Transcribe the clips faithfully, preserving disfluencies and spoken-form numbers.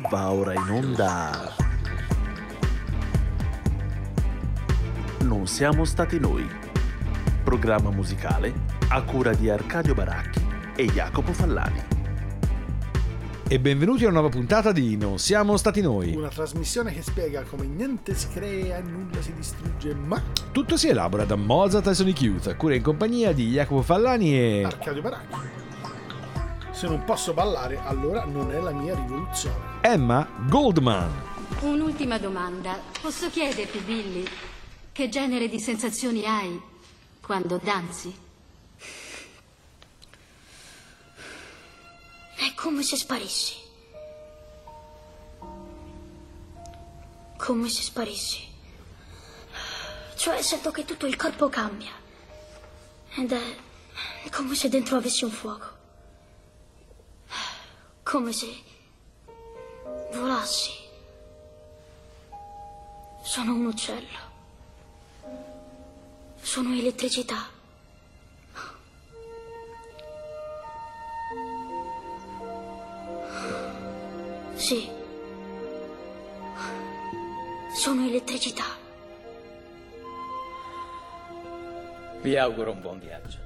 Va ora in onda. Non siamo stati noi. Programma musicale a cura di Arcadio Baracchi e Jacopo Fallani. E benvenuti a una nuova puntata di Non siamo stati noi. Una trasmissione che spiega come niente si crea e nulla si distrugge, ma tutto si elabora da Mozart e Sonic Youth, a cura in compagnia di Jacopo Fallani e Arcadio Baracchi. Se non posso ballare, allora non è la mia rivoluzione. Emma Goldman. Un'ultima domanda. Posso chiederti, Billy, che genere di sensazioni hai quando danzi? È come se sparissi. Come se sparissi. Cioè sento che tutto il corpo cambia. Ed è come se dentro avessi un fuoco. Come se volassi. Sono un uccello. Sono elettricità. Sì. Sono elettricità. Vi auguro un buon viaggio.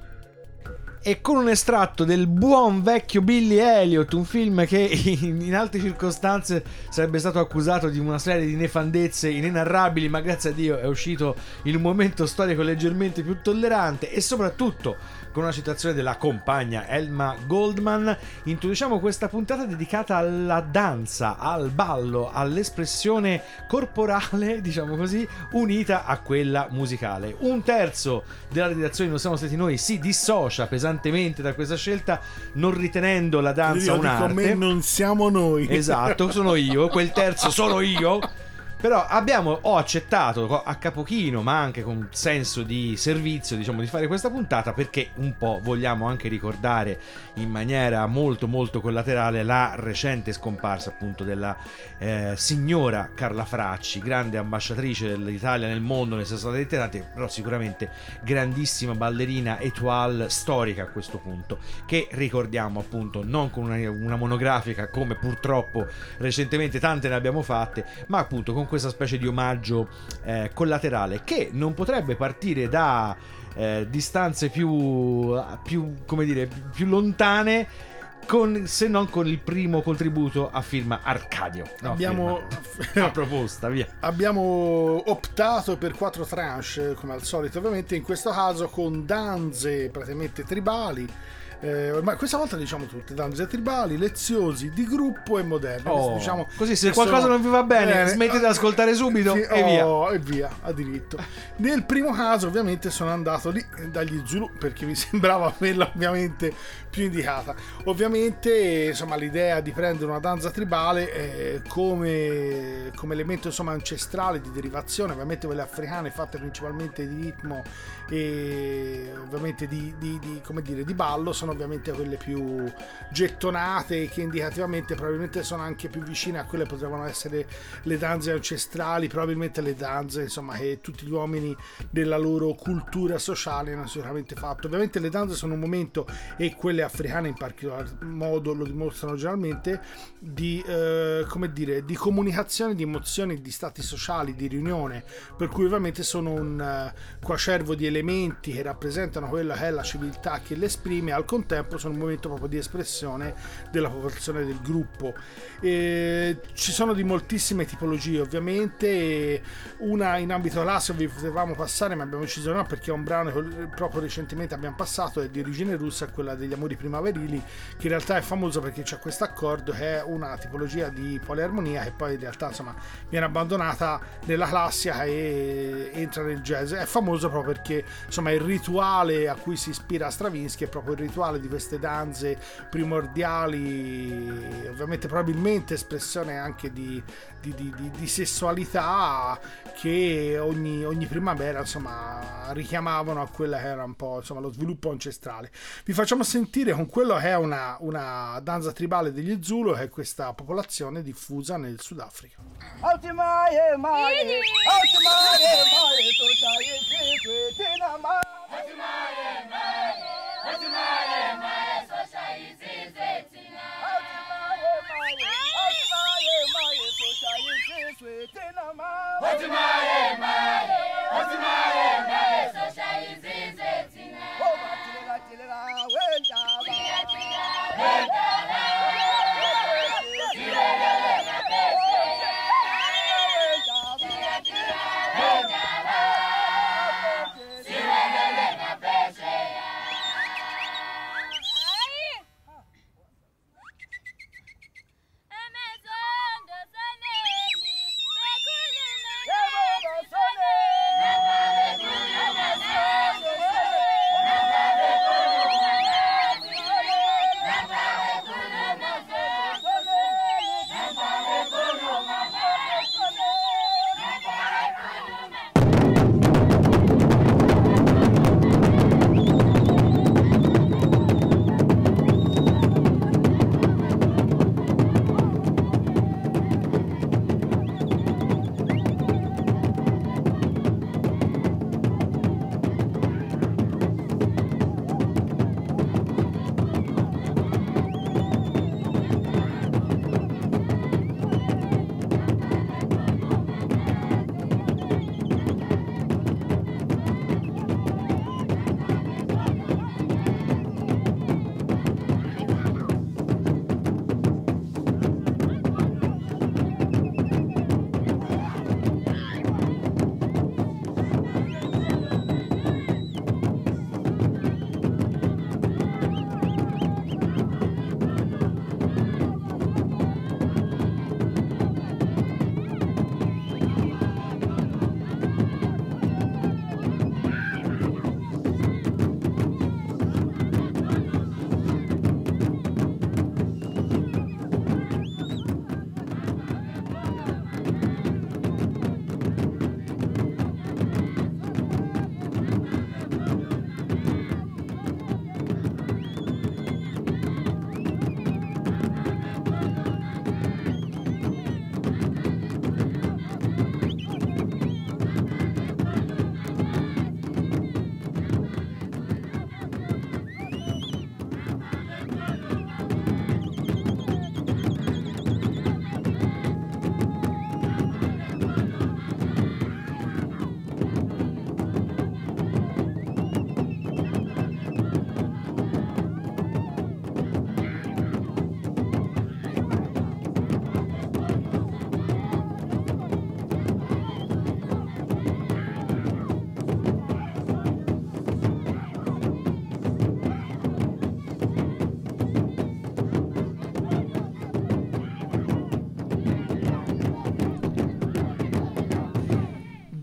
E con un estratto del buon vecchio Billy Elliot, un film che in, in altre circostanze sarebbe stato accusato di una serie di nefandezze inenarrabili, ma grazie a Dio è uscito in un momento storico leggermente più tollerante, e soprattutto con una citazione della compagna Emma Goldman, introduciamo questa puntata dedicata alla danza, al ballo, all'espressione corporale, diciamo così, unita a quella musicale. Un terzo della redazione Non siamo stati noi si dissocia pesantemente da questa scelta, non ritenendo la danza io un'arte. Con me non siamo noi. Esatto, sono io, quel terzo sono io. Però abbiamo, ho accettato a capochino, ma anche con senso di servizio, diciamo, di fare questa puntata, perché un po' vogliamo anche ricordare in maniera molto molto collaterale la recente scomparsa appunto della eh, signora Carla Fracci, grande ambasciatrice dell'Italia nel mondo nel sessantasettante, però sicuramente grandissima ballerina étoile storica a questo punto, che ricordiamo appunto non con una, una monografica come purtroppo recentemente tante ne abbiamo fatte, ma appunto con questa specie di omaggio eh, collaterale che non potrebbe partire da eh, distanze più, più, come dire, più lontane, con, se non con il primo contributo a firma Arcadio. No, abbiamo firma. A proposta, via. Abbiamo optato per quattro tranche, come al solito, ovviamente in questo caso con danze praticamente tribali. Eh, ormai questa volta diciamo tutte danze tribali, leziosi, di gruppo e moderne. Oh, diciamo, così se qualcosa sono... non vi va bene, bene smettete di ascoltare subito sì, e oh, via e via a diritto. Nel primo caso ovviamente sono andato lì dagli Zulu, perché mi sembrava quella ovviamente più indicata. Ovviamente insomma l'idea di prendere una danza tribale eh, come, come elemento insomma ancestrale di derivazione, ovviamente quelle africane fatte principalmente di ritmo e ovviamente di, di, di come dire di ballo, sono ovviamente quelle più gettonate, che indicativamente probabilmente sono anche più vicine a quelle che potevano essere le danze ancestrali, probabilmente le danze insomma che tutti gli uomini della loro cultura sociale hanno sicuramente fatto. Ovviamente le danze sono un momento, e quelle africane in particolar modo lo dimostrano generalmente, di eh, come dire di comunicazione di emozioni, di stati sociali, di riunione, per cui ovviamente sono un uh, coacervo di elementi che rappresentano quella che è la civiltà che l'esprime, al contempo sono un momento proprio di espressione della popolazione del gruppo. E ci sono di moltissime tipologie, ovviamente una in ambito classico vi potevamo passare, ma abbiamo deciso no, perché è un brano che proprio recentemente abbiamo passato, è di origine russa, è quella degli amori primaverili, che in realtà è famoso perché c'è questo accordo che è una tipologia di poliarmonia che poi in realtà insomma viene abbandonata nella classica e entra nel jazz. È famoso proprio perché insomma il rituale a cui si ispira Stravinsky è proprio il rituale di queste danze primordiali, ovviamente probabilmente espressione anche di, di, di, di, di sessualità, che ogni, ogni primavera insomma richiamavano a quella che era un po' insomma lo sviluppo ancestrale. Vi facciamo sentire con quello che è una, una danza tribale degli Zulu, che è questa popolazione diffusa nel Sudafrica.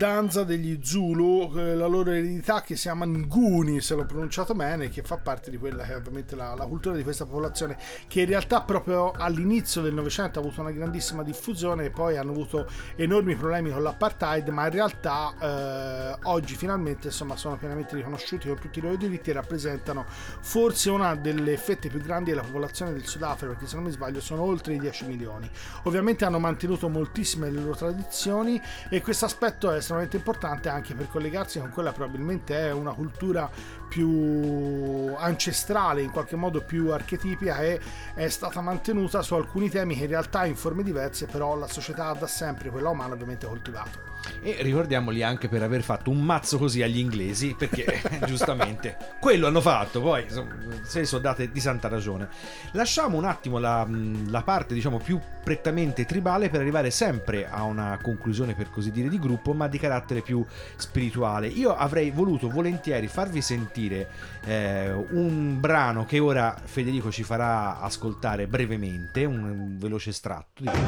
danza degli Zulu, eh, la loro eredità che si chiama Nguni, se l'ho pronunciato bene, che fa parte di quella che è ovviamente la, la cultura di questa popolazione, che in realtà proprio all'inizio del Novecento ha avuto una grandissima diffusione e poi hanno avuto enormi problemi con l'apartheid, ma in realtà eh, oggi finalmente insomma sono pienamente riconosciuti con tutti i loro diritti e rappresentano forse una delle fette più grandi della popolazione del Sudafrica, perché se non mi sbaglio sono oltre i dieci milioni. Ovviamente hanno mantenuto moltissime le loro tradizioni e questo aspetto è estremamente importante anche per collegarsi con quella probabilmente è una cultura più ancestrale, in qualche modo più archetipica, e è stata mantenuta su alcuni temi che in realtà in forme diverse però la società da sempre, quella umana, ovviamente ha coltivato. E ricordiamoli anche per aver fatto un mazzo così agli inglesi, perché giustamente quello hanno fatto, poi insomma, se ne sono date di santa ragione. Lasciamo un attimo la, la parte diciamo più prettamente tribale per arrivare sempre a una conclusione, per così dire, di gruppo, ma di carattere più spirituale. Io avrei voluto volentieri farvi sentire eh, un brano che ora Federico ci farà ascoltare brevemente, un veloce estratto di...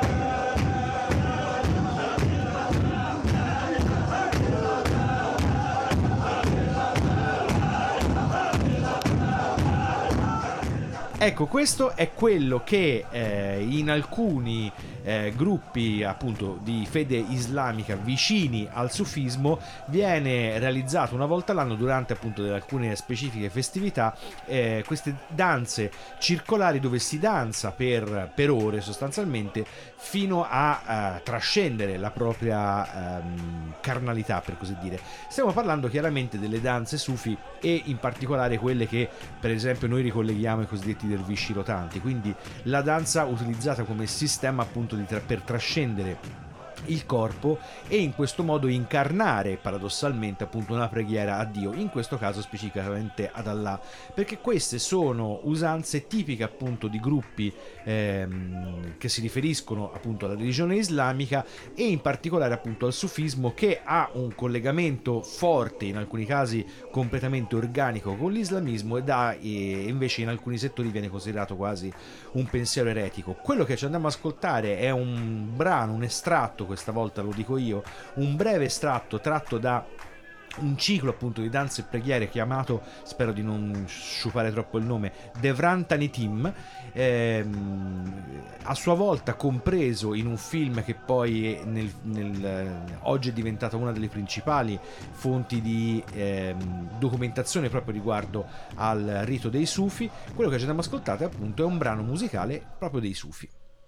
Ecco, questo è quello che eh, in alcuni eh, gruppi appunto di fede islamica vicini al sufismo viene realizzato una volta l'anno durante appunto alcune specifiche festività, eh, queste danze circolari dove si danza per, per ore sostanzialmente fino a eh, trascendere la propria ehm, carnalità, per così dire. Stiamo parlando chiaramente delle danze sufi e in particolare quelle che per esempio noi ricolleghiamo ai cosiddetti dervisci rotanti, quindi la danza utilizzata come sistema appunto di tra- per trascendere il corpo e in questo modo incarnare paradossalmente appunto una preghiera a Dio, in questo caso specificamente ad Allah, perché queste sono usanze tipiche appunto di gruppi ehm, che si riferiscono appunto alla religione islamica e in particolare appunto al sufismo, che ha un collegamento forte, in alcuni casi completamente organico, con l'islamismo e da e invece in alcuni settori viene considerato quasi un pensiero eretico. Quello che ci andiamo ad ascoltare è un brano, un estratto, questa volta lo dico io, un breve estratto tratto da un ciclo appunto di danze e preghiere chiamato, spero di non sciupare troppo il nome, Devrantanitim, ehm, a sua volta compreso in un film che poi nel, nel, oggi è diventata una delle principali fonti di ehm, documentazione proprio riguardo al rito dei Sufi. Quello che ci abbiamo ascoltato appunto è un brano musicale proprio dei Sufi.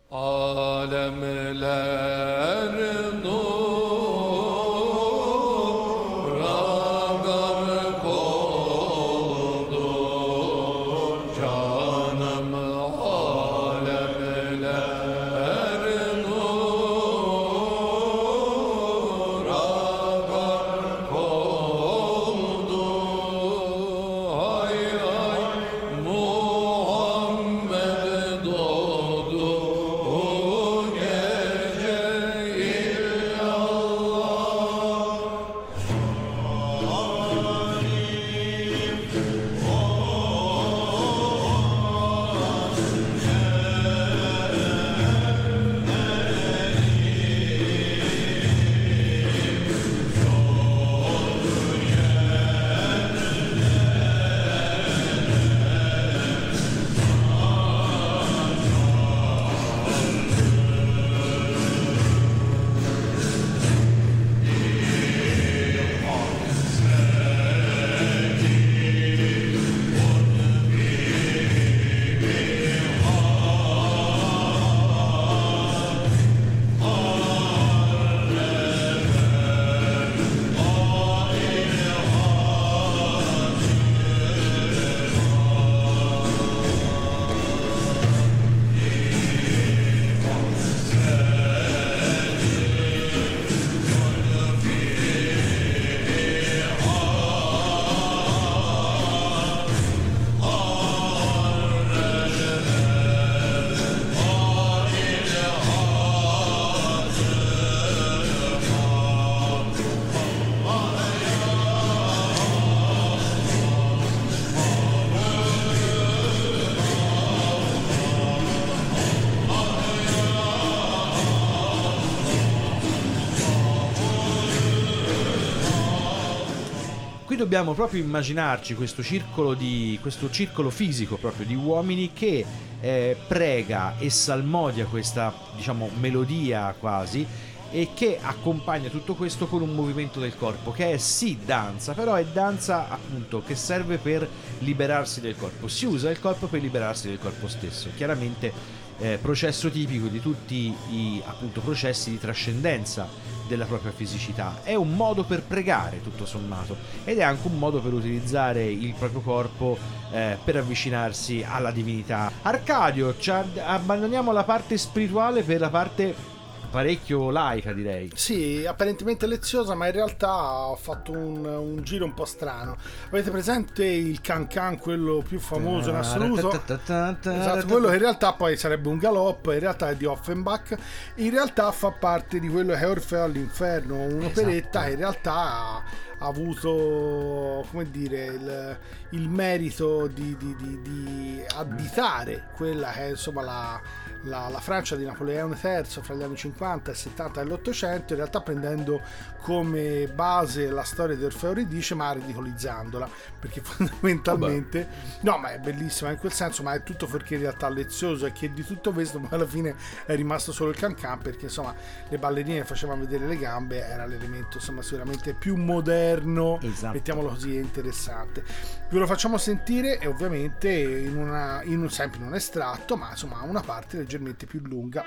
Alemler nur agar koldur canım, alemler nur agar koldur, ay ay Muhammed doğdu. Oh, yeah, yeah, yeah. qui dobbiamo proprio immaginarci questo circolo di questo circolo fisico proprio di uomini che eh, prega e salmodia questa, diciamo, melodia quasi, e che accompagna tutto questo con un movimento del corpo che è sì danza, però è danza appunto che serve per liberarsi del corpo. Si usa il corpo per liberarsi del corpo stesso, chiaramente eh, processo tipico di tutti i appunto processi di trascendenza della propria fisicità. È un modo per pregare, tutto sommato, ed è anche un modo per utilizzare il proprio corpo eh, per avvicinarsi alla divinità. Arcadio, ci abbandoniamo la parte spirituale per la parte parecchio laica, direi. Sì, apparentemente leziosa, ma in realtà ho fatto un, un giro un po' strano. Avete presente il can can, quello più famoso in assoluto? Esatto, quello che in realtà poi sarebbe un galoppo, in realtà è di Offenbach. In realtà fa parte di quello che è Orfeo all'inferno, un'operetta che in realtà ha avuto, come dire, il, il merito di, di, di, di additare quella che è insomma la La, la Francia di Napoleone terzo fra gli anni cinquanta e settanta dell'Ottocento, in realtà prendendo come base la storia di Orfeo Euridice ma ridicolizzandola, perché fondamentalmente Vabbè. no ma è bellissima in quel senso, ma è tutto fuorché in realtà lezioso, e che di tutto questo ma alla fine è rimasto solo il cancan, perché insomma le ballerine facevano vedere le gambe, era l'elemento insomma sicuramente più moderno, esatto. mettiamolo così, è interessante. Ve lo facciamo sentire, e ovviamente in, una, in un, sempre in un estratto, ma insomma una parte leggermente più lunga.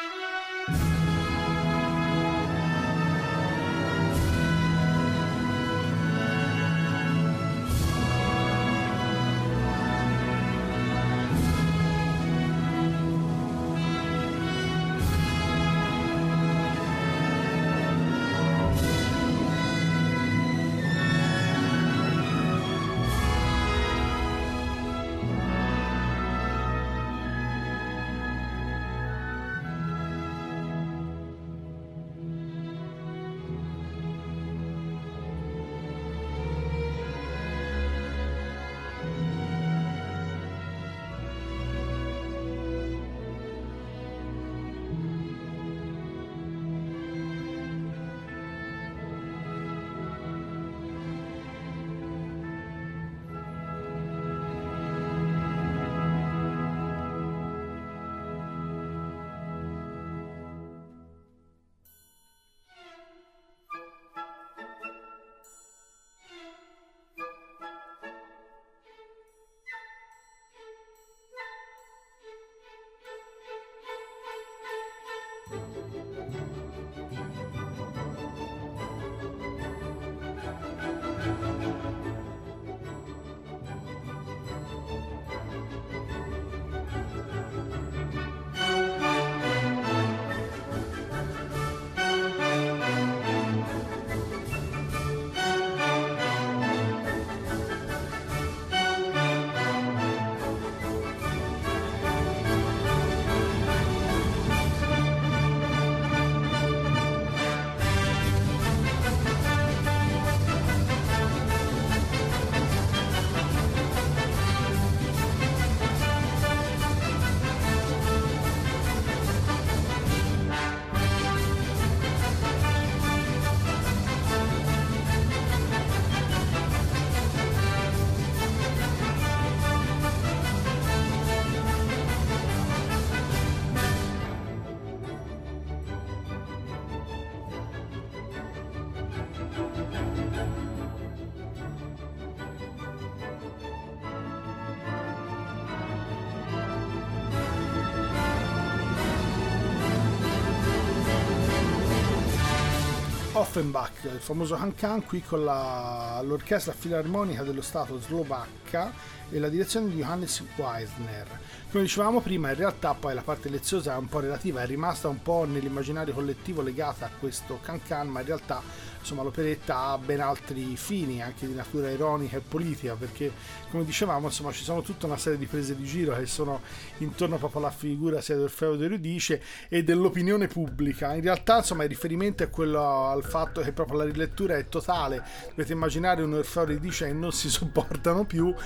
Offenbach, il famoso cancan, qui con la, l'orchestra filarmonica dello Stato slovacca e la direzione di Johannes Weisner. Come dicevamo prima, in realtà poi la parte leziosa è un po' relativa, è rimasta un po' nell'immaginario collettivo legata a questo cancan, ma in realtà insomma l'operetta ha ben altri fini, anche di natura ironica e politica, perché come dicevamo insomma ci sono tutta una serie di prese di giro che sono intorno proprio alla figura sia di Orfeo ed Euridice e dell'opinione pubblica. In realtà insomma il riferimento è quello al fatto che proprio la rilettura è totale, dovete immaginare un Orfeo e Euridice che non si sopportano più, ognuno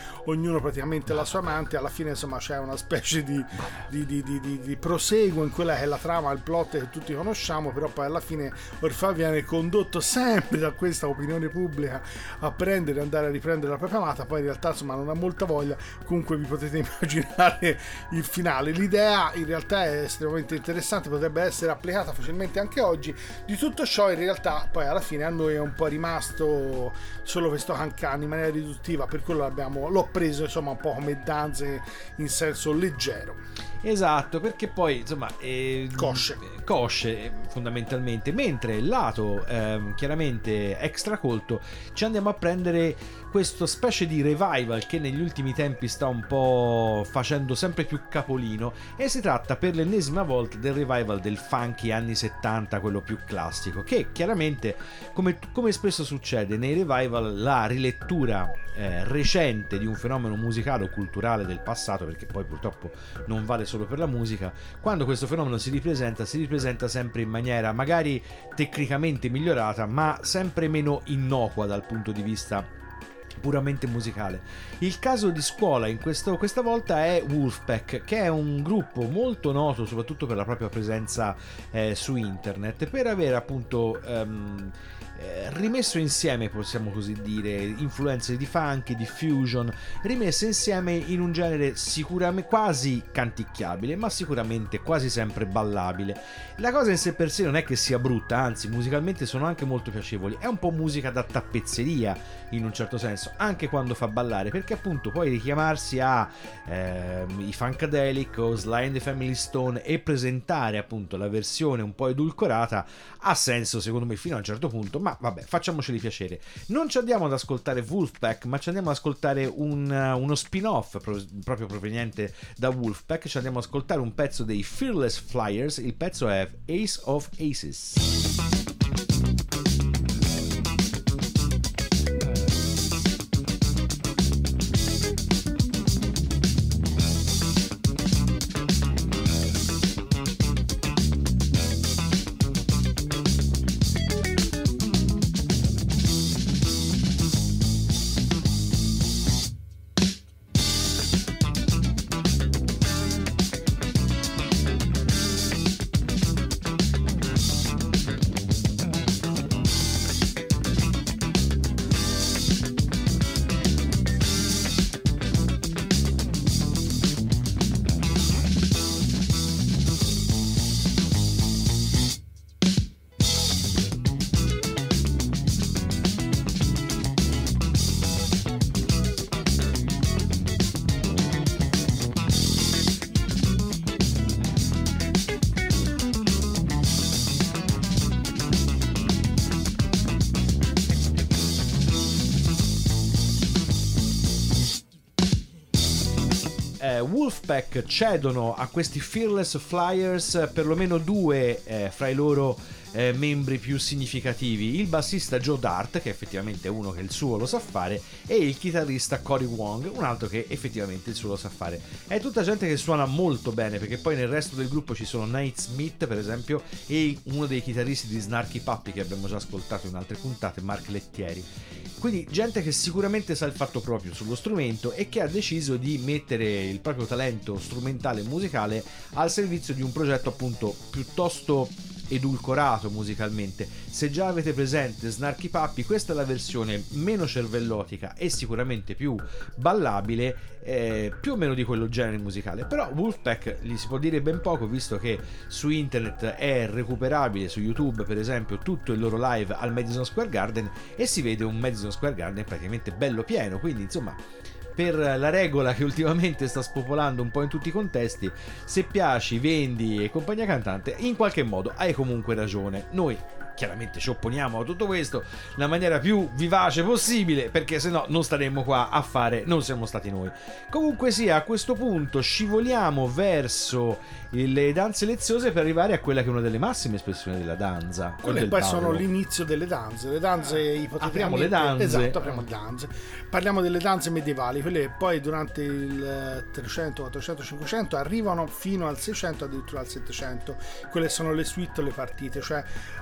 ognuno praticamente la sua amante. Alla fine insomma c'è una specie di, di, di, di, di, di proseguo in quella che è la trama, il plot che tutti conosciamo, però poi alla fine Orfeo viene condotto sempre da questa opinione pubblica a prendere, andare a riprendere la propria amata, poi in realtà insomma non ha molta voglia. Comunque vi potete immaginare il finale. L'idea in realtà è estremamente interessante, potrebbe essere applicata facilmente anche oggi. Di tutto ciò in realtà poi alla fine a noi è un po' rimasto solo questo cancan in maniera riduttiva, per quello l'abbiamo, l'ho preso insomma un po' come danze in senso leggero. Esatto, perché poi insomma eh, cosce cosce fondamentalmente, mentre il lato eh, chiaramente extracolto ci andiamo a prendere questo specie di revival che negli ultimi tempi sta un po' facendo sempre più capolino, e si tratta per l'ennesima volta del revival del funky anni settanta, quello più classico, che chiaramente come, come spesso succede nei revival, la rilettura eh, recente di un fenomeno musicale o culturale del passato, perché poi purtroppo non vale solo per la musica, quando questo fenomeno si ripresenta si ripresenta sempre in maniera magari tecnicamente migliorata, ma sempre meno innocua dal punto di vista puramente musicale. Il caso di Scuola in questo, questa volta è Wolfpack, che è un gruppo molto noto soprattutto per la propria presenza eh, su internet, per aver appunto ehm, eh, rimesso insieme, possiamo così dire, influenze di funk, di fusion, rimesse insieme in un genere sicuramente quasi canticchiabile, ma sicuramente quasi sempre ballabile. La cosa in sé per sé non è che sia brutta, anzi musicalmente sono anche molto piacevoli, è un po' musica da tappezzeria in un certo senso, anche quando fa ballare, perché appunto poi richiamarsi a eh, i Funkadelic o Sly and the Family Stone e presentare appunto la versione un po' edulcorata ha senso secondo me fino a un certo punto, ma vabbè, facciamoceli piacere. Non ci andiamo ad ascoltare Wolfpack, ma ci andiamo ad ascoltare un, uno spin-off pro, proprio proveniente da Wolfpack. Ci andiamo ad ascoltare un pezzo dei Fearless Flyers, il pezzo è Ace of Aces. Wolfpack cedono a questi Fearless Flyers perlomeno due eh, fra i loro eh, membri più significativi: il bassista Joe Dart, che effettivamente è uno che il suo lo sa fare, e il chitarrista Cory Wong, un altro che effettivamente il suo lo sa fare. È tutta gente che suona molto bene, perché poi nel resto del gruppo ci sono Nate Smith per esempio, e uno dei chitarristi di Snarky Puppy che abbiamo già ascoltato in altre puntate, Mark Lettieri. Quindi gente che sicuramente sa il fatto proprio sullo strumento e che ha deciso di mettere il proprio talento strumentale e musicale al servizio di un progetto appunto piuttosto edulcorato musicalmente. Se già avete presente Snarky Puppy, questa è la versione meno cervellotica e sicuramente più ballabile, eh, più o meno di quello genere musicale. Però Wolfpack gli si può dire ben poco, visto che su internet è recuperabile, su YouTube per esempio, tutto il loro live al Madison Square Garden, e si vede un Madison Square Garden praticamente bello pieno. Quindi insomma, per la regola che ultimamente sta spopolando un po' in tutti i contesti, se piaci, vendi e compagnia cantante, in qualche modo hai comunque ragione. Noi chiaramente ci opponiamo a tutto questo nella maniera più vivace possibile, perché se no non staremmo qua a fare, non siamo stati noi. Comunque sia, a questo punto scivoliamo verso le danze leziose per arrivare a quella che è una delle massime espressioni della danza. Quelle poi sono l'inizio delle danze. Le danze ipoteticamente... Apriamo le danze. Esatto, apriamo le danze. Parliamo delle danze medievali, quelle che poi durante il trecento, quattrocento, cinquecento arrivano fino al seicento, addirittura al settecento. Quelle sono le suite o le partite, cioè raccolte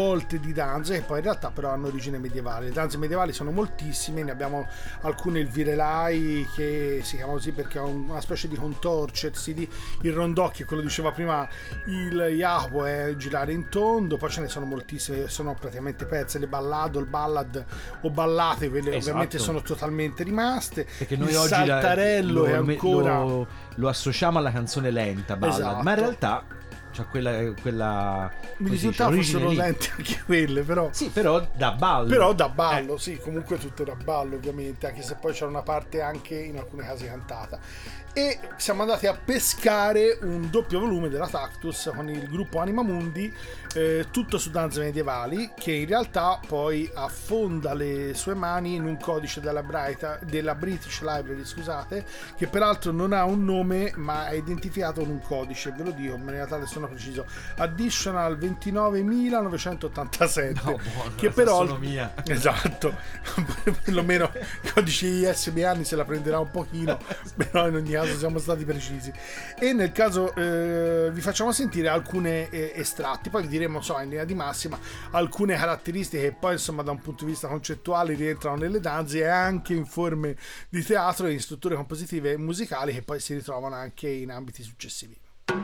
raccolte di danze che poi in realtà però hanno origine medievale. Le danze medievali sono moltissime, ne abbiamo alcune, il virelai, che si chiama così perché ha una specie di contorcersi, il rondocchio, quello diceva prima il Jacopo, è girare in tondo, poi ce ne sono moltissime, sono praticamente pezze, le ballado, il ballad o ballate, quelle esatto. ovviamente sono totalmente rimaste, perché noi il oggi saltarello la, lo, è ancora lo, lo associamo alla canzone lenta, ballad, esatto. ma in realtà c'è quella, quella mi risultava fossero lente anche quelle, però sì, però da ballo, però da ballo eh. sì, comunque tutto da ballo ovviamente, anche se poi c'era una parte anche in alcuni casi cantata. E siamo andati a pescare un doppio volume della Tactus con il gruppo Anima Mundi, eh, tutto su danze medievali, che in realtà poi affonda le sue mani in un codice della, Bright, della British Library, scusate, che peraltro non ha un nome ma è identificato con un codice, ve lo dico in maniera tale sono preciso, Additional ventinovemilanovecentottantasette, no, buono, che però mia. Esatto, perlomeno i codici I S B N se la prenderà un pochino, però in ogni caso siamo stati precisi. E nel caso eh, vi facciamo sentire alcune eh, estratti, poi vi diremo so, in linea di massima alcune caratteristiche che poi insomma da un punto di vista concettuale rientrano nelle danze e anche in forme di teatro e in strutture compositive e musicali che poi si ritrovano anche in ambiti successivi.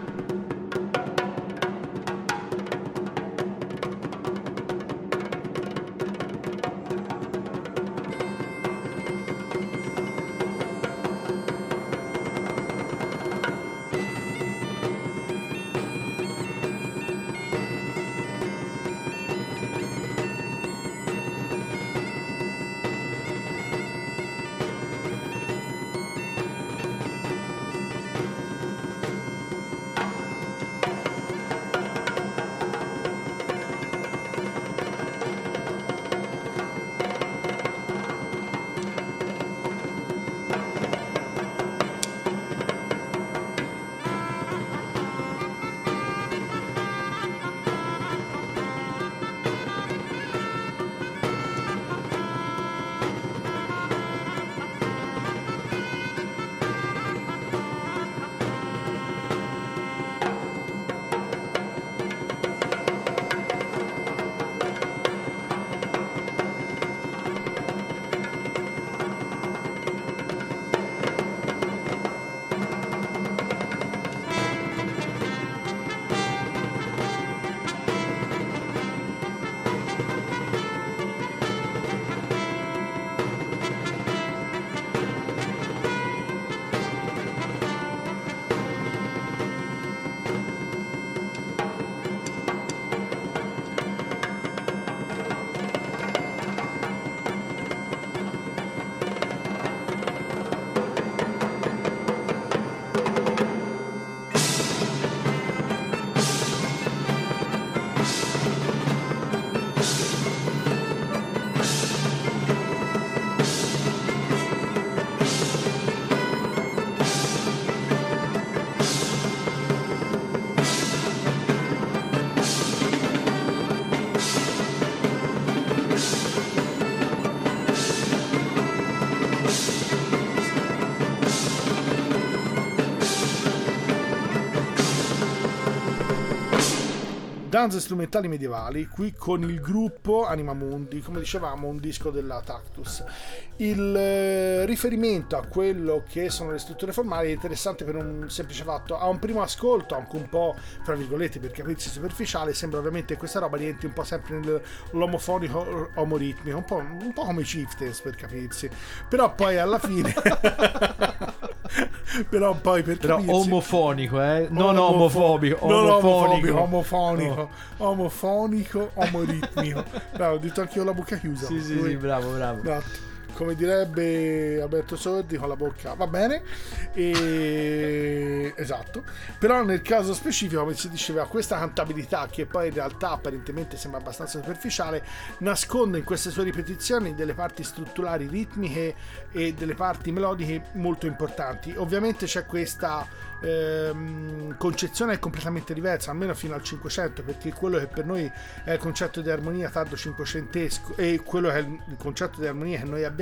danze strumentali medievali, qui con il gruppo Anima Mundi, come dicevamo un disco della Tactus. Il eh, riferimento a quello che sono le strutture formali è interessante per un semplice fatto: a un primo ascolto, anche un po' fra virgolette per capirsi superficiale, sembra ovviamente che questa roba rientri un po' sempre nell'omofonico omoritmico, un po', un po' come i Chieftains per capirsi, però poi alla fine però poi per però capirsi, omofonico, eh? non omofo- omofobico, non omofonico, omofonico, omofonico, omoritmico. Bravo, ho detto anche io la bocca chiusa. Sì, sì, sì, bravo, bravo. Esatto. Come direbbe Alberto Sordi, con la bocca va bene, e... esatto. Però nel caso specifico, come si diceva, questa cantabilità, che poi in realtà apparentemente sembra abbastanza superficiale, nasconde in queste sue ripetizioni delle parti strutturali ritmiche e delle parti melodiche molto importanti. Ovviamente c'è questa ehm, concezione è completamente diversa, almeno fino al Cinquecento, perché quello che per noi è il concetto di armonia tardo cinquecentesco e quello che è il concetto di armonia che noi abbiamo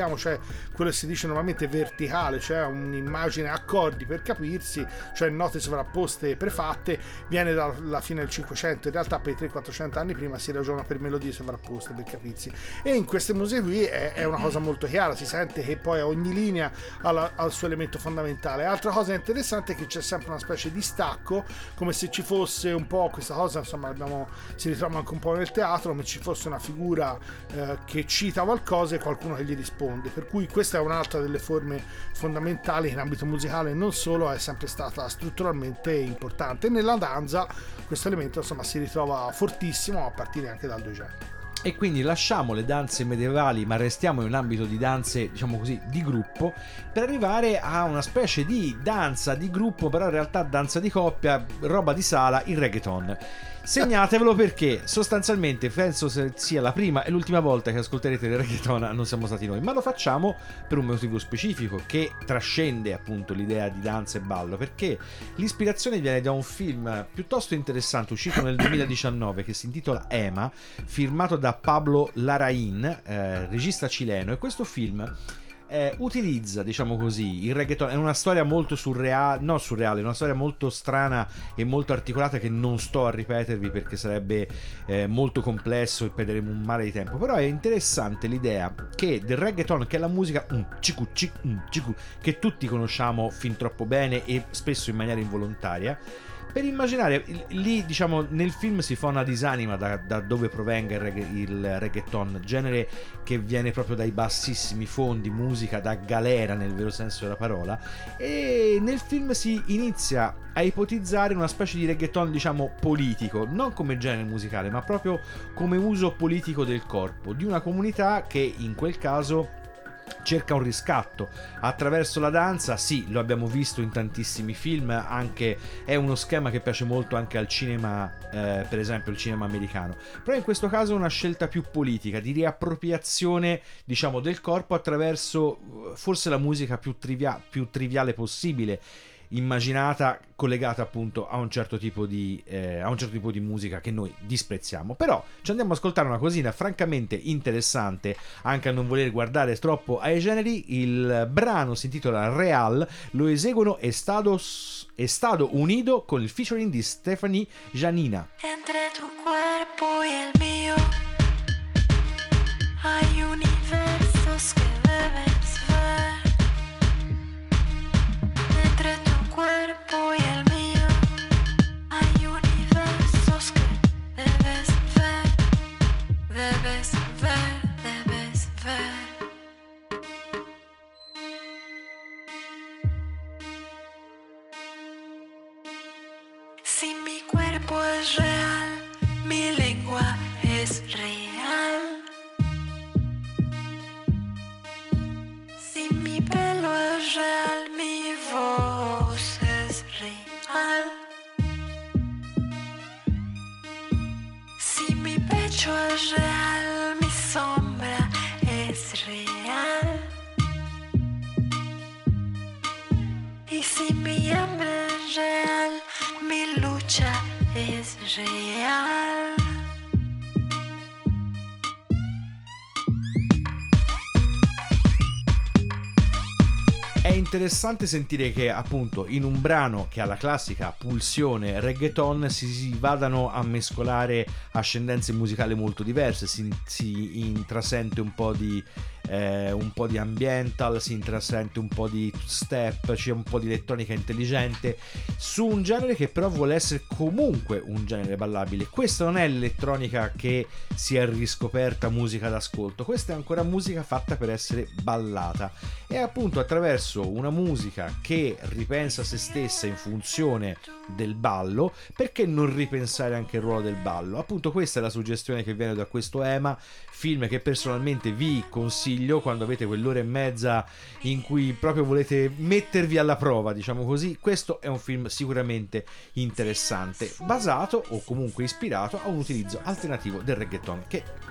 utilizziamo, cioè quello che si dice normalmente verticale, cioè un'immagine a accordi per capirsi, cioè note sovrapposte prefatte, viene dalla fine del Cinquecento. In realtà per i trecento quattrocento anni prima si ragiona per melodie sovrapposte per capirsi, e in queste musiche qui è, è una cosa molto chiara, si sente che poi ogni linea ha, la, ha il suo elemento fondamentale. Altra cosa interessante è che c'è sempre una specie di stacco, come se ci fosse un po' questa cosa, insomma abbiamo, si ritrova anche un po' nel teatro, come ci fosse una figura eh, che cita qualcosa e qualcuno che gli risponde, per cui questa è un'altra delle forme fondamentali che in ambito musicale non solo è sempre stata strutturalmente importante. Nella danza questo elemento insomma si ritrova fortissimo a partire anche dal Duecento. E quindi lasciamo le danze medievali, ma restiamo in un ambito di danze, diciamo così, di gruppo, per arrivare a una specie di danza di gruppo, però in realtà danza di coppia, roba di sala, il reggaeton. Segnatevelo, perché sostanzialmente penso sia la prima e l'ultima volta che ascolterete il reggaeton non siamo stati noi, ma lo facciamo per un motivo specifico che trascende appunto l'idea di danza e ballo, perché l'ispirazione viene da un film piuttosto interessante uscito nel duemiladiciannove che si intitola Ema, firmato da Pablo Larraín, eh, regista cileno, e questo film Eh, utilizza, diciamo così, il reggaeton. È una storia molto surreale, no surreale, è una storia molto strana e molto articolata che non sto a ripetervi perché sarebbe eh, molto complesso e perderemo un mare di tempo. Però è interessante l'idea che del reggaeton, che è la musica um, cicu, cicu, um, cicu, che tutti conosciamo fin troppo bene e spesso in maniera involontaria, per immaginare lì, diciamo, nel film si fa una disanima da, da dove provenga il, regga, il reggaeton, genere che viene proprio dai bassissimi fondi, musica da galera nel vero senso della parola, e nel film si inizia a ipotizzare una specie di reggaeton, diciamo, politico, non come genere musicale, ma proprio come uso politico del corpo, di una comunità che in quel caso cerca un riscatto attraverso la danza. Sì, lo abbiamo visto in tantissimi film, anche è uno schema che piace molto anche al cinema, eh, per esempio il cinema americano, però in questo caso è una scelta più politica, di riappropriazione, diciamo, del corpo attraverso forse la musica più, trivia- più triviale possibile, immaginata, collegata appunto a un certo tipo di eh, a un certo tipo di musica che noi disprezziamo. Però ci andiamo ad ascoltare una cosina francamente interessante, anche a non voler guardare troppo ai generi. Il brano si intitola Real, lo eseguono Estados, Estado Unido con il featuring di Stephanie Janina. Entre tu cuerpo y el mío hay universos que debes ver. Entre tu cuerpo y el mío hay universos que debes ver, debes ver, debes ver. Si mi cuerpo es real, mi lengua es real. Si mi pelo es real, mi voz es real. Si mi pecho es real, mi sombra es real. Y si mi hambre es real, mi lucha es real. È interessante sentire che appunto in un brano che ha la classica pulsione reggaeton si, si vadano a mescolare ascendenze musicali molto diverse, si, si intrasente un po' di eh, un po' di ambiental, si intrasente un po' di step, c'è un po' di elettronica intelligente su un genere che però vuole essere comunque un genere ballabile. Questa non è l'elettronica che si è riscoperta musica d'ascolto, questa è ancora musica fatta per essere ballata, e appunto attraverso una musica che ripensa se stessa in funzione del ballo, perché non ripensare anche il ruolo del ballo? Appunto questa è la suggestione che viene da questo Ema, film che personalmente vi consiglio quando avete quell'ora e mezza in cui proprio volete mettervi alla prova, diciamo così. Questo è un film sicuramente interessante, basato o comunque ispirato a un utilizzo alternativo del reggaeton che, che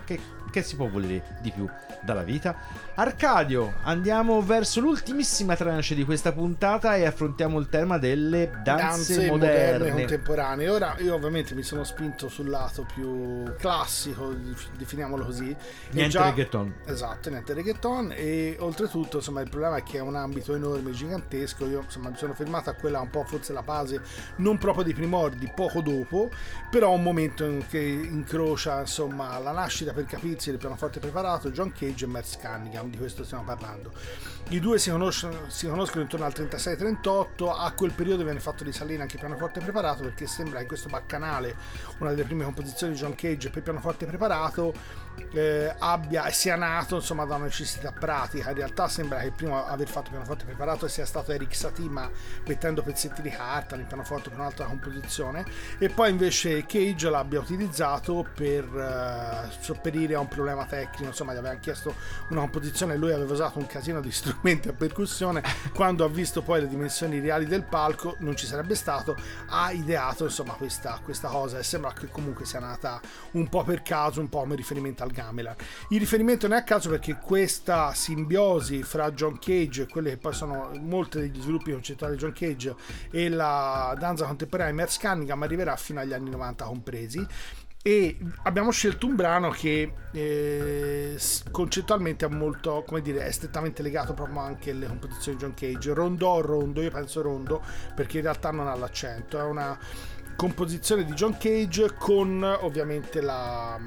che si può volere di più dalla vita? Arcadio, andiamo verso l'ultimissima tranche di questa puntata e affrontiamo il tema delle danze, danze moderne. moderne contemporanee. Ora io ovviamente mi sono spinto sul lato più classico, definiamolo così. Niente già, reggaeton. Esatto, niente reggaeton, e oltretutto insomma il problema è che è un ambito enorme, gigantesco. Io insomma mi sono fermato a quella un po' forse la fase non proprio dei primordi, poco dopo, però un momento in che incrocia insomma la nascita, per capirsi, del pianoforte preparato, John Cage e Merce Cunningham. Di questo stiamo parlando. I due si conoscono, si conoscono intorno al trentasei trentotto. A quel periodo viene fatto risalire anche il pianoforte preparato, perché sembra che questo Baccanale, una delle prime composizioni di John Cage per pianoforte preparato, eh, abbia sia nato insomma da una necessità pratica. In realtà sembra che il primo a aver fatto pianoforte preparato sia stato Eric Satie, ma mettendo pezzetti di carta nel pianoforte per un'altra composizione, e poi invece Cage l'abbia utilizzato per eh, sopperire a un problema tecnico. Insomma, gli avevano chiesto una composizione e lui aveva usato un casino di strumenti a percussione. Quando ha visto poi le dimensioni reali del palco, non ci sarebbe stato, ha ideato insomma questa, questa cosa, e sembra che comunque sia nata un po' per caso, un po' come riferimento al gamelan. Il riferimento non è a caso, perché questa simbiosi fra John Cage e quelle che poi sono molti degli sviluppi concettuali di John Cage e la danza contemporanea di Merce Cunningham arriverà fino agli anni novanta compresi. E abbiamo scelto un brano che eh, concettualmente è molto, come dire, è strettamente legato proprio anche alle composizioni di John Cage. Rondo o rondo, io penso rondo, perché in realtà non ha l'accento, è una composizione di John Cage con ovviamente la,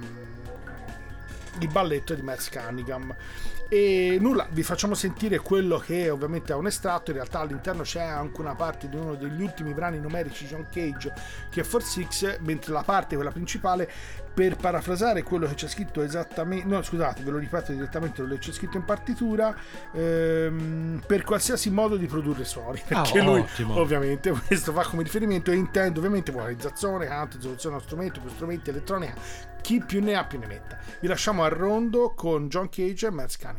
il balletto di Merce Cunningham. E nulla, vi facciamo sentire quello che ovviamente è un estratto. In realtà all'interno c'è anche una parte di uno degli ultimi brani numerici di John Cage, che è four six, mentre la parte, quella principale, per parafrasare quello che c'è scritto esattamente, no scusate, ve lo ripeto direttamente quello che c'è scritto in partitura, ehm, per qualsiasi modo di produrre suoni, perché ah, lui ottimo. Ovviamente questo fa come riferimento, e intende ovviamente vocalizzazione, canto, esecuzione dello strumento, più strumenti, elettronica, chi più ne ha più ne metta. Vi lasciamo a rondo con John Cage e Merce Cunningham.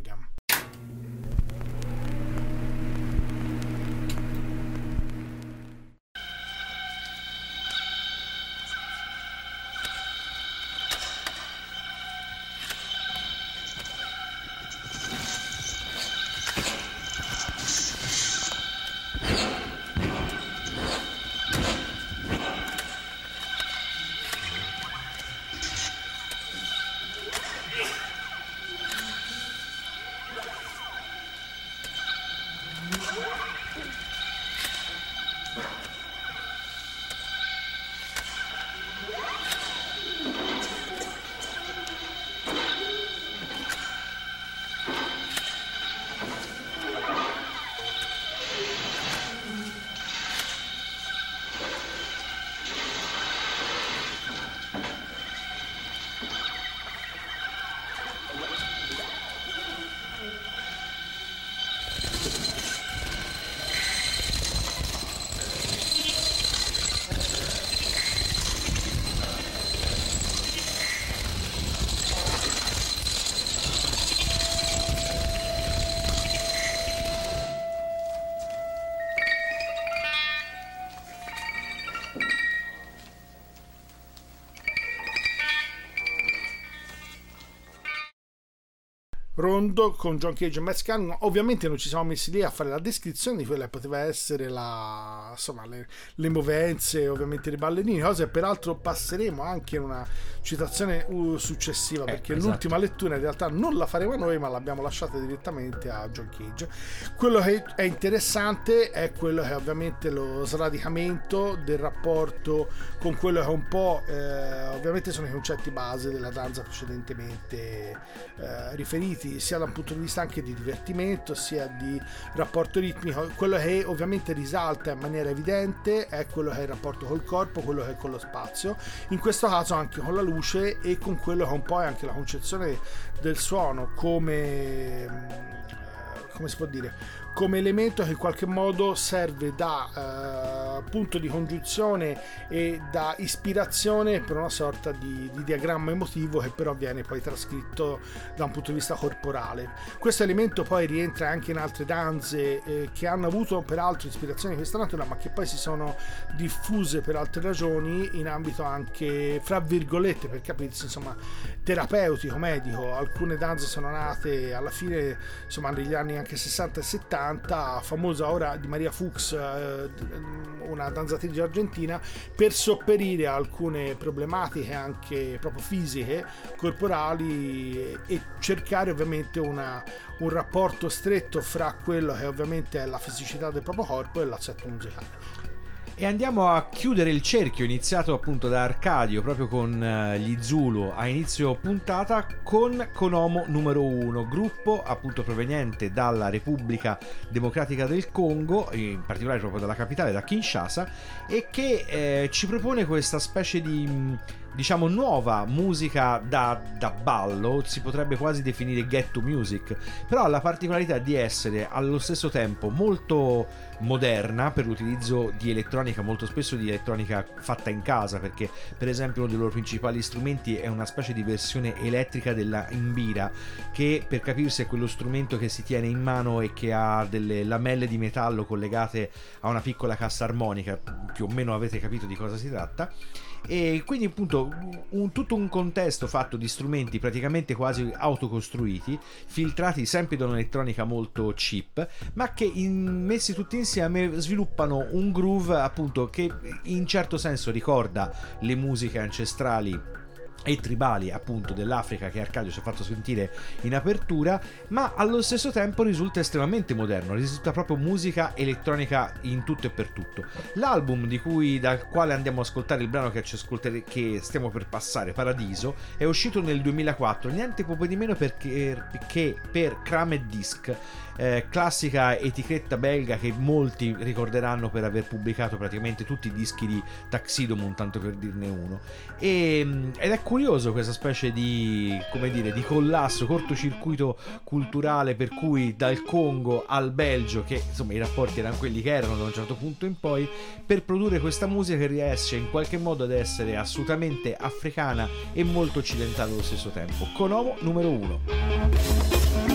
Rondo con John Cage e Merce Cunningham. Ovviamente non ci siamo messi lì a fare la descrizione di quella che poteva essere la, insomma, le, le movenze, ovviamente i ballerini, cose che peraltro passeremo anche in una citazione uh, successiva, perché eh, esatto. L'ultima lettura in realtà non la faremo noi, ma l'abbiamo lasciata direttamente a John Cage. Quello che è interessante è quello che è ovviamente lo sradicamento del rapporto con quello che è un po' eh, ovviamente sono i concetti base della danza precedentemente eh, riferiti, sia da un punto di vista anche di divertimento sia di rapporto ritmico. Quello che ovviamente risalta in maniera evidente è quello che è il rapporto col corpo, quello che è con lo spazio, in questo caso anche con la luce e con quello che un po' è anche la concezione del suono come come si può dire, come elemento che in qualche modo serve da eh, punto di congiunzione e da ispirazione per una sorta di, di diagramma emotivo che però viene poi trascritto da un punto di vista corporale. Questo elemento poi rientra anche in altre danze eh, che hanno avuto peraltro ispirazioni di questa natura, ma che poi si sono diffuse per altre ragioni in ambito anche, fra virgolette, per capirsi, insomma, terapeutico, medico. Alcune danze sono nate alla fine, insomma, negli anni anche sessanta e settanta, famosa ora di Maria Fuchs, eh, una danzatrice argentina, per sopperire a alcune problematiche anche proprio fisiche, corporali, e cercare ovviamente una, un rapporto stretto fra quello che ovviamente è la fisicità del proprio corpo e l'assetto musicale. E andiamo a chiudere il cerchio iniziato appunto da Arcadio proprio con uh, gli Zulu a inizio puntata con Konomo numero uno, gruppo appunto proveniente dalla Repubblica Democratica del Congo, in particolare proprio dalla capitale, da Kinshasa, e che eh, ci propone questa specie di, diciamo, nuova musica da, da ballo, si potrebbe quasi definire ghetto music, però ha la particolarità di essere allo stesso tempo molto moderna per l'utilizzo di elettronica, molto spesso di elettronica fatta in casa, perché per esempio uno dei loro principali strumenti è una specie di versione elettrica della imbira, che per capirsi è quello strumento che si tiene in mano e che ha delle lamelle di metallo collegate a una piccola cassa armonica, più o meno avete capito di cosa si tratta. E quindi appunto un, tutto un contesto fatto di strumenti praticamente quasi autocostruiti, filtrati sempre da un'elettronica molto cheap, ma che in, messi tutti insieme sviluppano un groove appunto che in certo senso ricorda le musiche ancestrali e tribali appunto dell'Africa che Arcadio ci ha fatto sentire in apertura, ma allo stesso tempo risulta estremamente moderno, risulta proprio musica elettronica in tutto e per tutto. L'album di cui dal quale andiamo ad ascoltare il brano che ci ascoltere, che stiamo per passare, Paradiso, è uscito nel duemilaquattro, niente poco di meno perché, che per Kramed Disc, eh, classica etichetta belga che molti ricorderanno per aver pubblicato praticamente tutti i dischi di Tuxedo, tanto per dirne uno. E, ed è curioso questa specie di, come dire, di collasso, cortocircuito culturale, per cui dal Congo al Belgio, che insomma i rapporti erano quelli che erano da un certo punto in poi, per produrre questa musica che riesce in qualche modo ad essere assolutamente africana e molto occidentale allo stesso tempo. Konomo numero uno.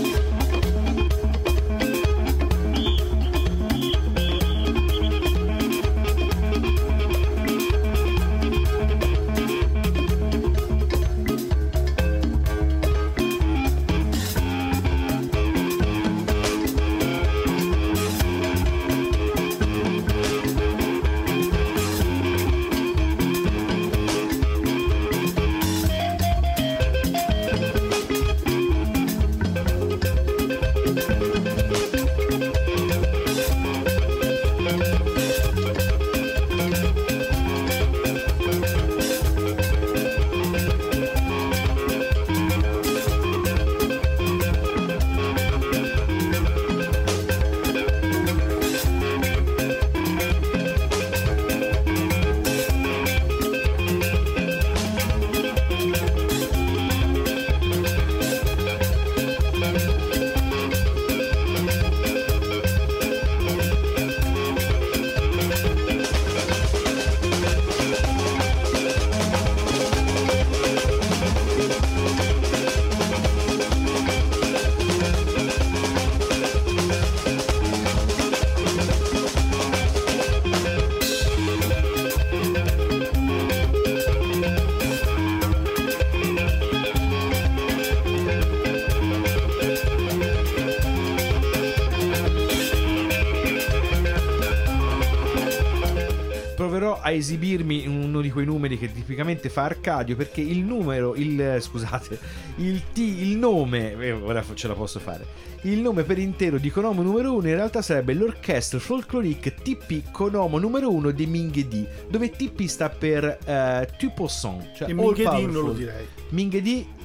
A esibirmi uno di quei numeri che tipicamente fa Arcadio, perché il numero, il scusate, il, t, il nome, eh, ora ce la posso fare, il nome per intero di Konomo numero uno in realtà sarebbe l'Orchestre Folklorique T P Konomo numero uno di Minguedi, dove T P sta per uh, Tout Puissant, cioè e Minguedi non lo direi. Minguedi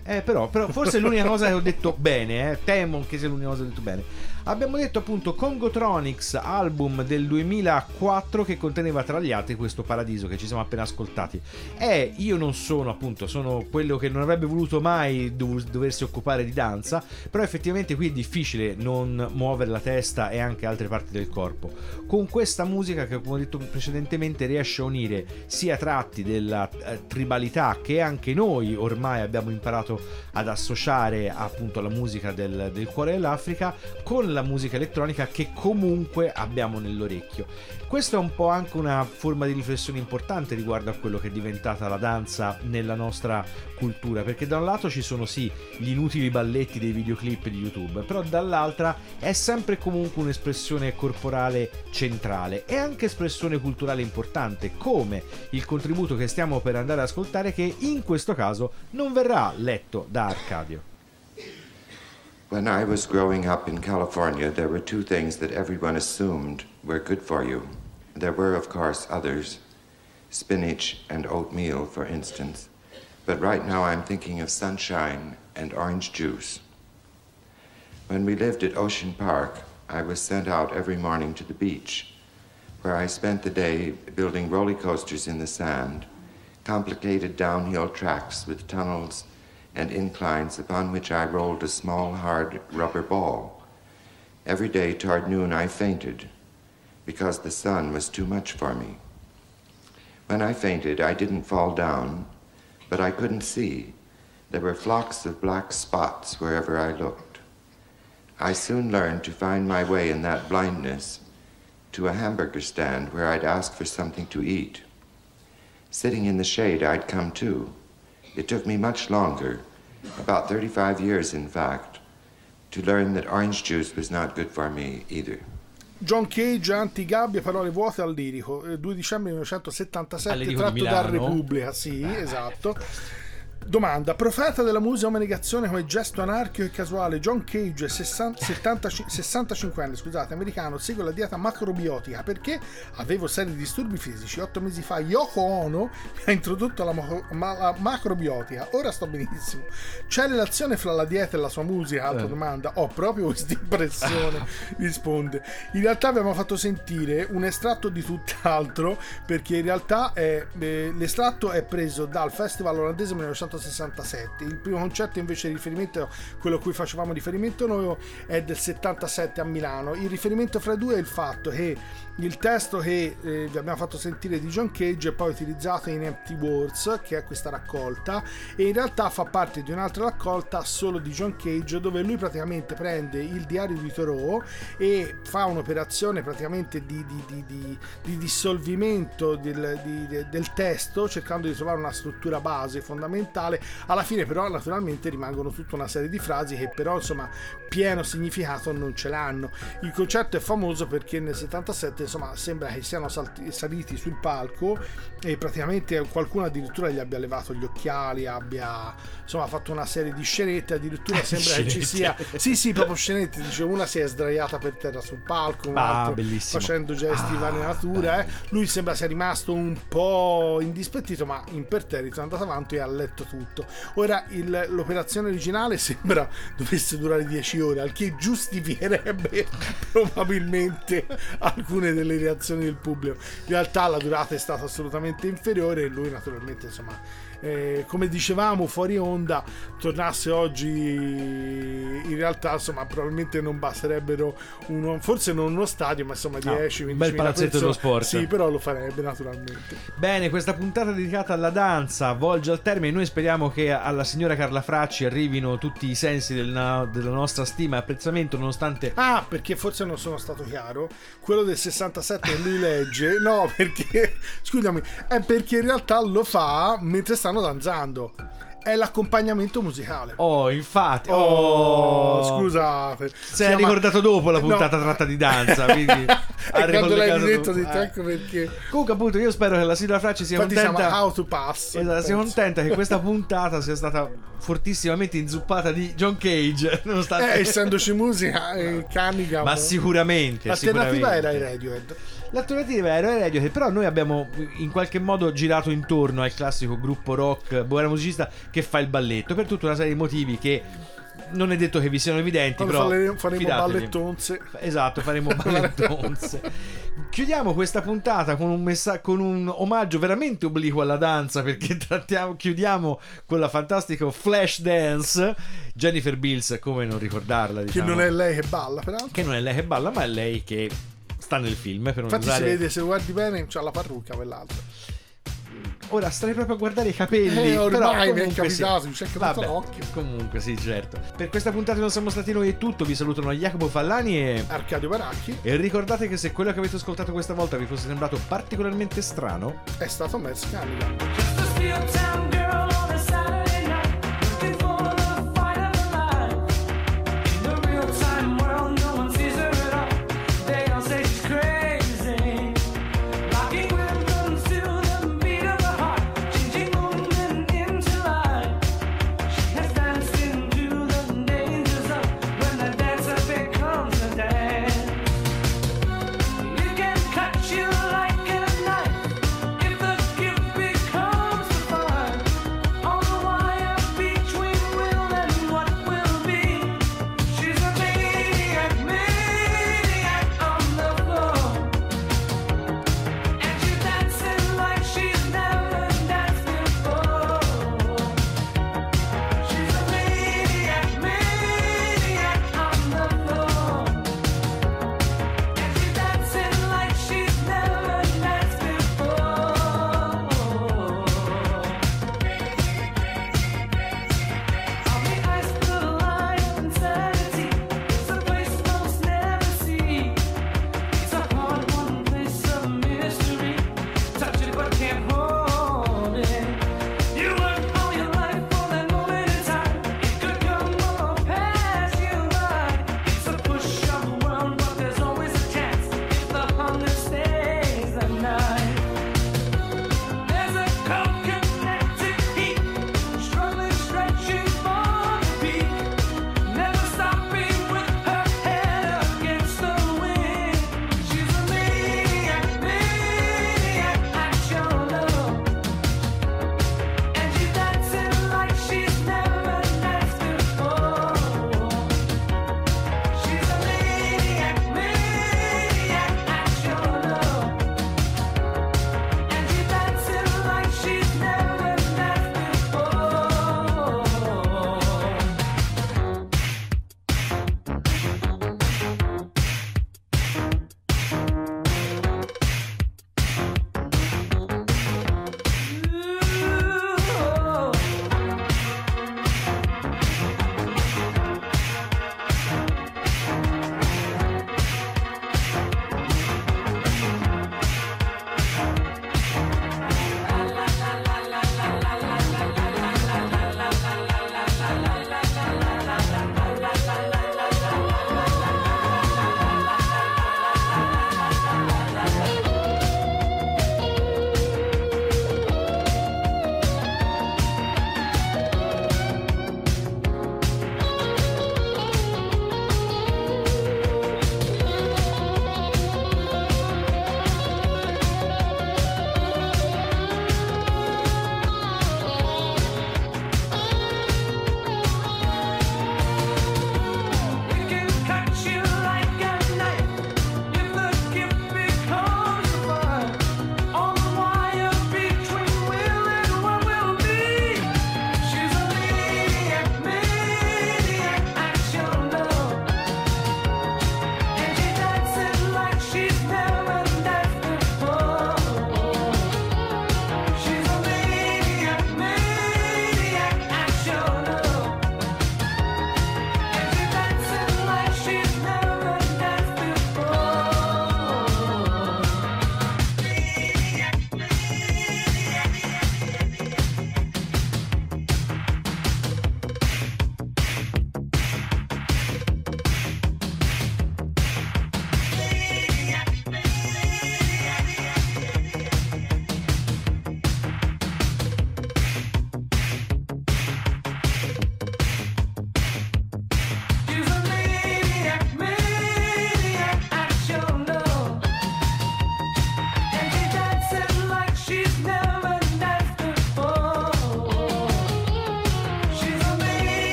Eh, però, però forse è l'unica cosa che ho detto bene, eh. Temo che sia l'unica cosa che ho detto bene. Abbiamo detto appunto Congotronics, album del duemilaquattro che conteneva tra gli altri questo Paradiso che ci siamo appena ascoltati. E io non sono appunto, sono quello che non avrebbe voluto mai dov- doversi occupare di danza, però effettivamente qui è difficile non muovere la testa e anche altre parti del corpo. Con questa musica che, come ho detto precedentemente, riesce a unire sia tratti della eh, tribalità che anche noi ormai abbiamo imparato ad associare appunto alla musica del, del cuore dell'Africa, con la musica elettronica che comunque abbiamo nell'orecchio. Questo è un po' anche una forma di riflessione importante riguardo a quello che è diventata la danza nella nostra cultura, perché da un lato ci sono sì gli inutili balletti dei videoclip di YouTube, però dall'altra è sempre comunque un'espressione corporale centrale e anche espressione culturale importante, come il contributo che stiamo per andare ad ascoltare, che in questo caso non verrà letto da Arcadio. When I was growing up in California, there were two things that everyone assumed were good for you. There were, of course, others, spinach and oatmeal, for instance. But right now I'm thinking of sunshine and orange juice. When we lived at Ocean Park, I was sent out every morning to the beach, where I spent the day building roller coasters in the sand, complicated downhill tracks with tunnels and inclines upon which I rolled a small, hard rubber ball. Every day toward noon I fainted, because the sun was too much for me. When I fainted, I didn't fall down, but I couldn't see. There were flocks of black spots wherever I looked. I soon learned to find my way in that blindness to a hamburger stand where I'd ask for something to eat. Sitting in the shade, I'd come to. It took me much longer, about thirty-five years in fact, to learn that orange juice was not good for me either. John Cage, Antigabbia, parole vuote al lirico, due dicembre millenovecentosettantasette, tratto da Repubblica, sì, esatto. Domanda: profeta della musica o negazione come gesto anarchico e casuale, John Cage, sessanta, settanta, sessantacinque anni, scusate, americano, segue la dieta macrobiotica perché avevo seri disturbi fisici. Otto mesi fa Yoko Ono mi ha introdotto la, macro, ma, la macrobiotica, ora sto benissimo. C'è relazione fra la dieta e la sua musica? Altra eh. domanda. Ho proprio questa impressione, risponde. In realtà abbiamo fatto sentire un estratto di tutt'altro, perché in realtà è, eh, l'estratto è preso dal festival olandese millenovecentosessantasette. Il primo concerto invece di riferimento, quello a cui facevamo riferimento noi, è del settantasette a Milano. Il riferimento fra i due è il fatto che il testo che eh, vi abbiamo fatto sentire di John Cage è poi utilizzato in Empty Words, che è questa raccolta, e in realtà fa parte di un'altra raccolta solo di John Cage, dove lui praticamente prende il diario di Thoreau e fa un'operazione praticamente di, di, di, di, di dissolvimento del, di, del testo, cercando di trovare una struttura base fondamentale. Alla fine però naturalmente rimangono tutta una serie di frasi che però insomma pieno significato non ce l'hanno. Il concerto è famoso perché nel settantasette insomma sembra che siano salti, saliti sul palco e praticamente qualcuno addirittura gli abbia levato gli occhiali, abbia insomma fatto una serie di scenette, addirittura sembra che ci sia sì sì proprio scenette, dice, una si è sdraiata per terra sul palco, un ah, altro bellissimo. facendo gesti ah, varia natura, eh. Lui sembra sia rimasto un po' indispettito, ma imperterrito è andato avanti e ha letto tutto. Ora il, l'operazione originale sembra dovesse durare dieci ore, al che giustificherebbe probabilmente alcune delle reazioni del pubblico. In realtà la durata è stata assolutamente inferiore e lui naturalmente insomma Eh, come dicevamo fuori onda, tornasse oggi in realtà insomma probabilmente non basterebbero uno, forse non uno stadio, ma insomma dieci venti bel palazzetto dello sport. Sì, però lo farebbe naturalmente. Bene, questa puntata dedicata alla danza volge al termine. Noi speriamo che alla signora Carla Fracci arrivino tutti i sensi del, della nostra stima e apprezzamento, nonostante ah perché forse non sono stato chiaro, quello del sessantasette lui legge no perché scusami è perché in realtà lo fa mentre stanno danzando, è l'accompagnamento musicale. Oh, infatti. Oh, oh scusa. Si è ricordato dopo la puntata no. tratta di danza, quindi ha quando l'hai detto di te, ecco perché. Comunque appunto io spero che la signora Fracci sia Infatti contenta. Siamo how to pass. Esatto, sia contenta che questa puntata sia stata fortissimamente inzuppata di John Cage, nonostante eh, essendoci musica e Cunningham. Ma sicuramente l'alternativa sicuramente. era i Radiohead. L'alternativa era Radiohead, però noi abbiamo in qualche modo girato intorno al classico gruppo rock buona musicista che fa il balletto per tutta una serie di motivi che non è detto che vi siano evidenti, Allora però faremo, faremo ballettonze. Esatto, faremo ballettonze. Chiudiamo questa puntata con un, messa- con un omaggio veramente obliquo alla danza, perché trattiamo, chiudiamo con la fantastica Flash Dance. Jennifer Beals, come non ricordarla, diciamo, che non è lei che balla, peraltro. Che non è lei che balla, ma è lei che sta nel film, per non Infatti usare... si vede, se guardi bene, c'ha la parrucca quell'altro. Ora starei proprio a guardare i capelli. Eh, ormai però mi è capitato, sì. mi c'è capitato l'occhio. Comunque sì, certo. Per questa puntata non siamo stati noi, è tutto. Vi salutano Jacopo Fallani e Arcadio Baracchi. E ricordate che se quello che avete ascoltato questa volta vi fosse sembrato particolarmente strano, è stato Merz Canigan.